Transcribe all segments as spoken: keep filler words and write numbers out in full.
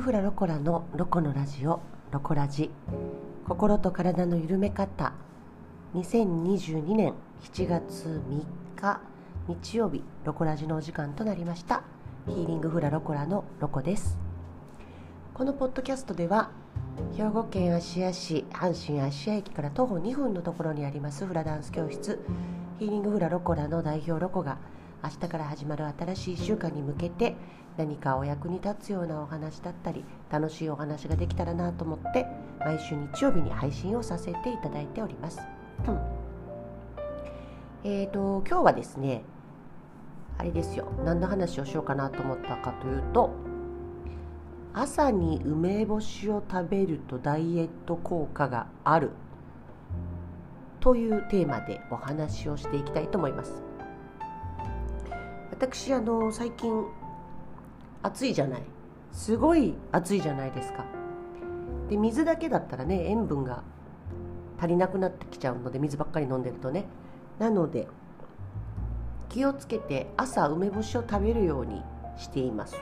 フラロコラのロコのラジオ、ロコラジ。心と体の緩め方。にせんにじゅうにねんしちがつみっか日曜日、ロコラジのお時間となりました。ヒーリングフラロコラのロコです。このポッドキャストでは、兵庫県芦屋市阪神芦屋駅から徒歩にふんのところにありますフラダンス教室、ヒーリングフラロコラの代表ロコが、明日から始まる新しいいっしゅうかんに向けて何かお役に立つようなお話だったり楽しいお話ができたらなと思って毎週日曜日に配信をさせていただいております。うん、えーと今日はですね、あれですよ、何の話をしようかなと思ったかというと、朝に梅干しを食べるとダイエット効果があるというテーマでお話をしていきたいと思います。私あの最近暑いじゃない、すごい暑いじゃないですか。で水だけだったらね、塩分が足りなくなってきちゃうので、水ばっかり飲んでるとね。なので気をつけて朝梅干しを食べるようにしています。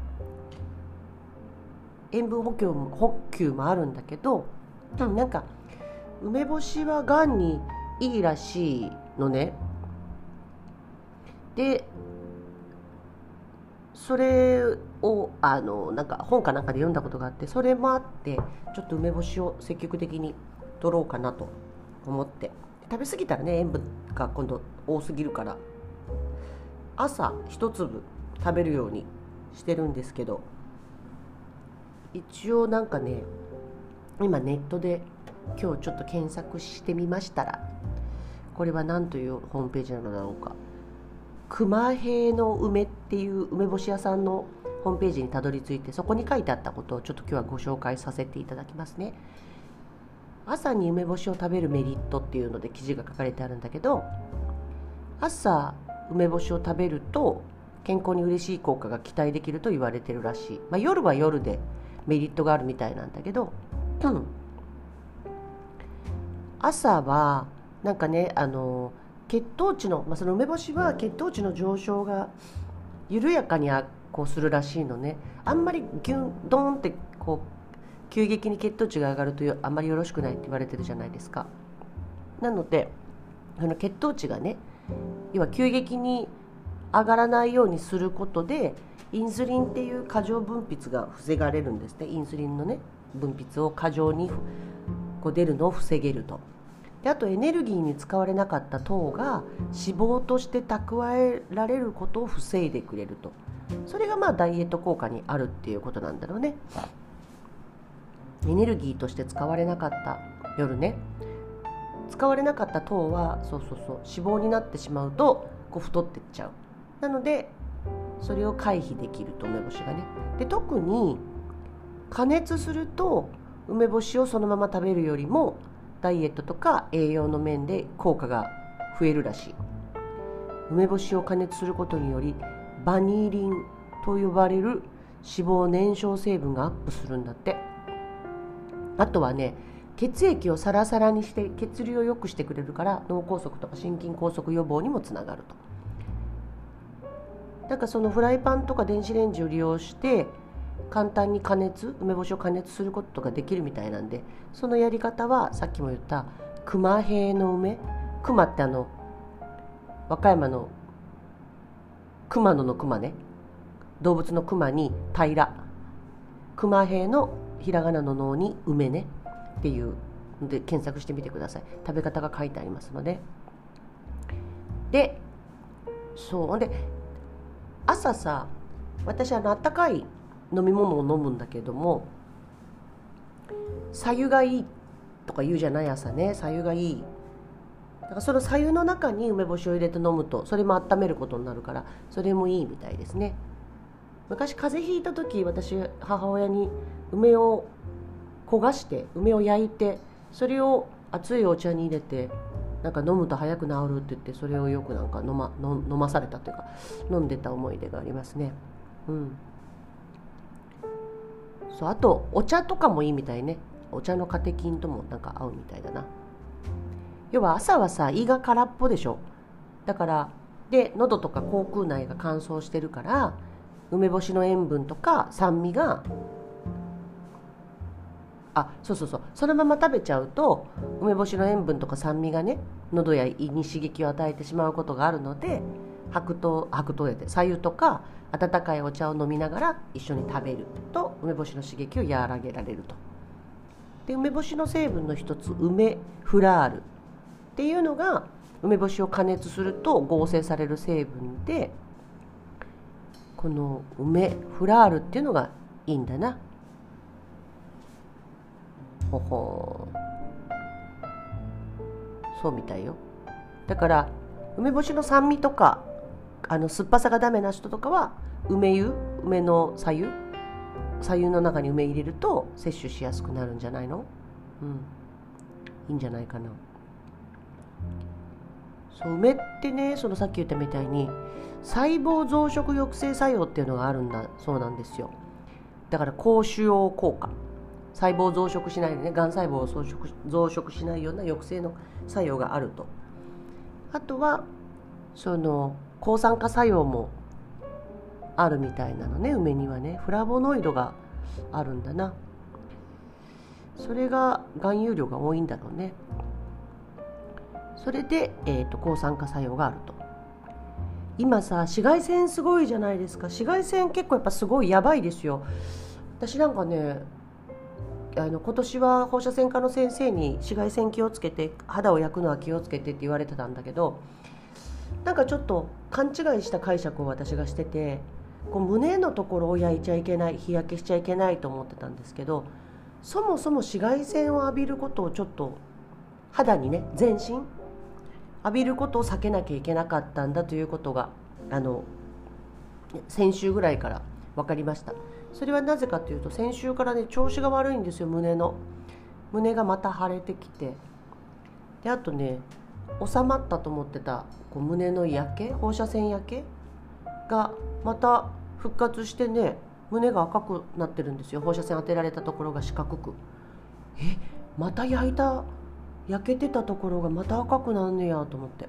塩分補給も補給もあるんだけど、なんか梅干しはがんにいいらしいのね。でそれをあのなんか本かなんかで読んだことがあって、それもあってちょっと梅干しを積極的に取ろうかなと思って、食べ過ぎたらね、塩分が今度多すぎるから朝一粒食べるようにしてるんですけど、一応なんかね、今ネットで今日ちょっと検索してみましたら、これは何というホームページなのだろうか、熊平の梅っていう梅干し屋さんのホームページにたどり着いて、そこに書いてあったことをちょっと今日はご紹介させていただきますね。朝に梅干しを食べるメリットっていうので記事が書かれてあるんだけど、朝梅干しを食べると健康に嬉しい効果が期待できると言われてるらしい。まあ、夜は夜でメリットがあるみたいなんだけど、うん、朝はなんかね、あの血糖値の、まあ、その梅干しは血糖値の上昇が緩やかにこうするらしいのね。あんまりギュンドーンってこう急激に血糖値が上がるとあんまりよろしくないって言われてるじゃないですか。なのでその血糖値がね、要は急激に上がらないようにすることでインスリンっていう過剰分泌が防がれるんですね。インスリンのね分泌を過剰にこう出るのを防げると。であとエネルギーに使われなかった糖が脂肪として蓄えられることを防いでくれると。それがまあダイエット効果にあるっていうことなんだろうね。エネルギーとして使われなかった夜ね、使われなかった糖はそうそうそう脂肪になってしまうとこう太ってっちゃう。なのでそれを回避できると、梅干しがね。で特に加熱すると梅干しをそのまま食べるよりもダイエットとか栄養の面で効果が増えるらしい。梅干しを加熱することによりバニリンと呼ばれる脂肪燃焼成分がアップするんだって。あとはね、血液をサラサラにして血流を良くしてくれるから、脳梗塞とか心筋梗塞予防にもつながると。なんかそのフライパンとか電子レンジを利用して簡単に加熱梅干しを加熱することができるみたいなんで、そのやり方はさっきも言った熊平の梅、熊ってあの和歌山の熊野の熊ね、動物の熊に平、熊平のひらがなの脳に梅ねっていうので検索してみてください。食べ方が書いてありますので。でそうで朝さ、私あのあったかい飲み物を飲むんだけども、白湯がいいとか言うじゃない、朝ね、白湯がいい。だからその白湯の中に梅干しを入れて飲むと、それも温めることになるから、それもいいみたいですね。昔風邪ひいた時、私母親に梅を焦がして梅を焼いて、それを熱いお茶に入れてなんか飲むと早く治るって言って、それをよくなんか飲ま、飲飲まされたというか飲んでた思い出がありますね。うん。そう、あとお茶とかもいいみたいね。お茶のカテキンともなんか合うみたいだな。要は朝はさ、胃が空っぽでしょ。だからで喉とか口腔内が乾燥してるから、梅干しの塩分とか酸味があ、そうそうそう、そのまま食べちゃうと梅干しの塩分とか酸味がね、喉や胃に刺激を与えてしまうことがあるので、白桃白桃やで白湯とか温かいお茶を飲みながら一緒に食べると梅干しの刺激を和らげられると。で、梅干しの成分の一つ、梅フラールっていうのが梅干しを加熱すると合成される成分で、この梅フラールっていうのがいいんだな。ほほー、そうみたいよ。だから梅干しの酸味とかあの酸っぱさがダメな人とかは梅湯、梅の白湯白湯の中に梅入れると摂取しやすくなるんじゃないの。うん、いいんじゃないかな。そう、梅ってね、そのさっき言ったみたいに細胞増殖抑制作用っていうのがあるんだそうなんですよ。だから高腫瘍効果、細胞増殖しないでね、がん細胞を増殖、増殖しないような抑制の作用があると。あとはその抗酸化作用もあるみたいなのね。梅にはねフラボノイドがあるんだな。それが含有量が多いんだろうね。それで、えーと、抗酸化作用があると。今さ、紫外線すごいじゃないですか。紫外線結構やっぱすごいやばいですよ。私なんかね、あの今年は放射線科の先生に紫外線気をつけて、肌を焼くのは気をつけてって言われてたんだけど、なんかちょっと勘違いした解釈を私がしてて、こう胸のところを焼いちゃいけない、日焼けしちゃいけないと思ってたんですけど、そもそも紫外線を浴びることをちょっと肌にね、全身浴びることを避けなきゃいけなかったんだということがあの先週ぐらいから分かりました。それはなぜかというと、先週からね調子が悪いんですよ。胸の胸がまた腫れてきて、であとね、収まったと思ってたこう胸の焼け、放射線焼けがまた復活してね、胸が赤くなってるんですよ。放射線当てられたところが四角く、えまた焼いた焼けてたところがまた赤くなんねやと思って、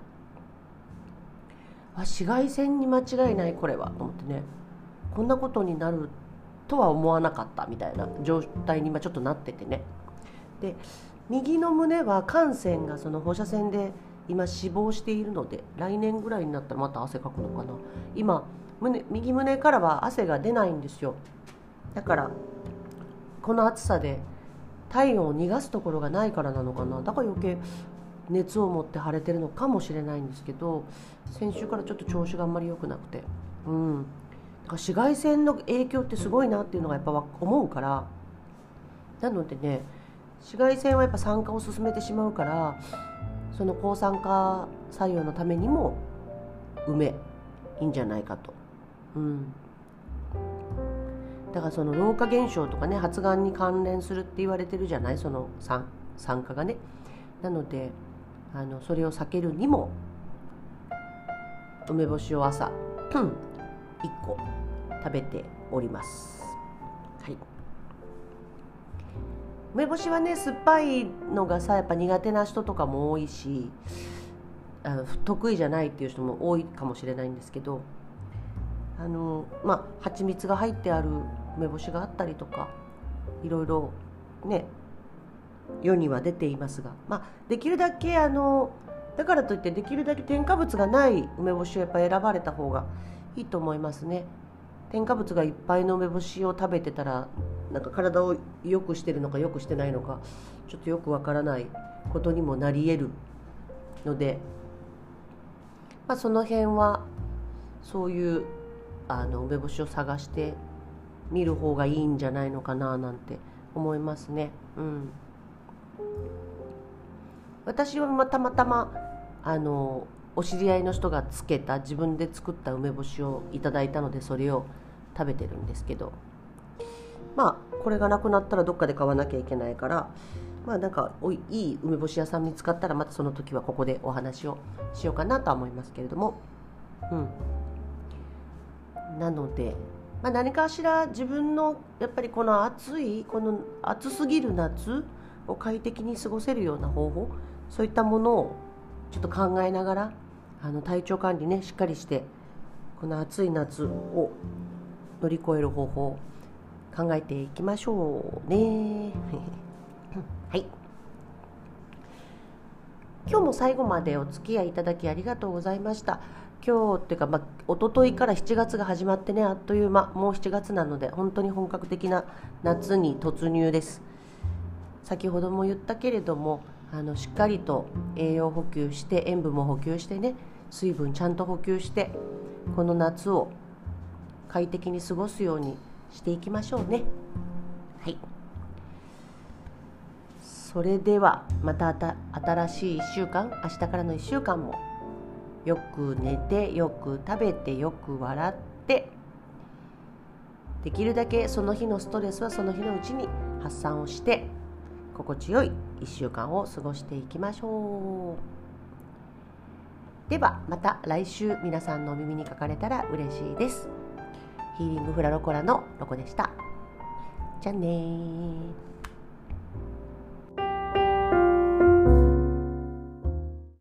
あ、紫外線に間違いないこれはと思ってね、こんなことになるとは思わなかったみたいな状態に今ちょっとなっててね。で、右の胸は汗腺がその放射線で今死亡しているので、来年ぐらいになったらまた汗かくのかな。今胸右胸からは汗が出ないんですよ。だからこの暑さで体温を逃がすところがないからなのかな。だから余計熱を持って腫れてるのかもしれないんですけど、先週からちょっと調子があんまり良くなくて、うん、だから紫外線の影響ってすごいなっていうのがやっぱ思うから、なのでね、紫外線はやっぱ酸化を進めてしまうから、その抗酸化作用のためにも梅いいんじゃないかと。うん、だからその老化現象とかね、発がんに関連するって言われてるじゃない、その酸酸化がね。なのであのそれを避けるにも梅干しを朝、うん、いっこ食べております。はい、梅干しはね、酸っぱいのがさやっぱ苦手な人とかも多いし、あの得意じゃないっていう人も多いかもしれないんですけど、あのまあ蜂蜜が入ってある梅干しがあったりとか、いろいろね世には出ていますが、まあ、できるだけあのだからといってできるだけ添加物がない梅干しをやっぱ選ばれた方がいいと思いますね。添加物がいっぱいの梅干しを食べてたら、なんか体を良くしてるのか良くしてないのかちょっとよくわからないことにもなり得るので、まあ、その辺はそういうあの梅干しを探して見る方がいいんじゃないのかななんて思いますね。うん、私はたまたまあのお知り合いの人がつけた自分で作った梅干しをいただいたので、それを食べてるんですけど、まあこれがなくなったらどっかで買わなきゃいけないから、まあなんかおいいい梅干し屋さん見つかったらまたその時はここでお話をしようかなとは思いますけれども、うん、なので、まあ、何かしら自分のやっぱりこの暑いこの暑すぎる夏を快適に過ごせるような方法、そういったものをちょっと考えながら、あの体調管理ねしっかりして、この暑い夏を乗り越える方法を考えていきましょうね。 今日も最後までお付き合いいただきありがとうございました。今日っていうか、まあ、一昨日からしちがつが始まってね、あっという間、もうしちがつなので本当に本格的な夏に突入です。先ほども言ったけれども、あのしっかりと栄養補給して、塩分も補給してね、水分ちゃんと補給して、この夏を快適に過ごすようにしていきましょうね。はい、それではまた新しいいっしゅうかん、明日からのいっしゅうかんもよく寝て、よく食べて、よく笑って、できるだけその日のストレスはその日のうちに発散をして、心地よいいっしゅうかんを過ごしていきましょう。ではまた来週皆さんのお耳にかかれたら嬉しいです。ヒーリングフラロコラのロコでした。じゃあねー。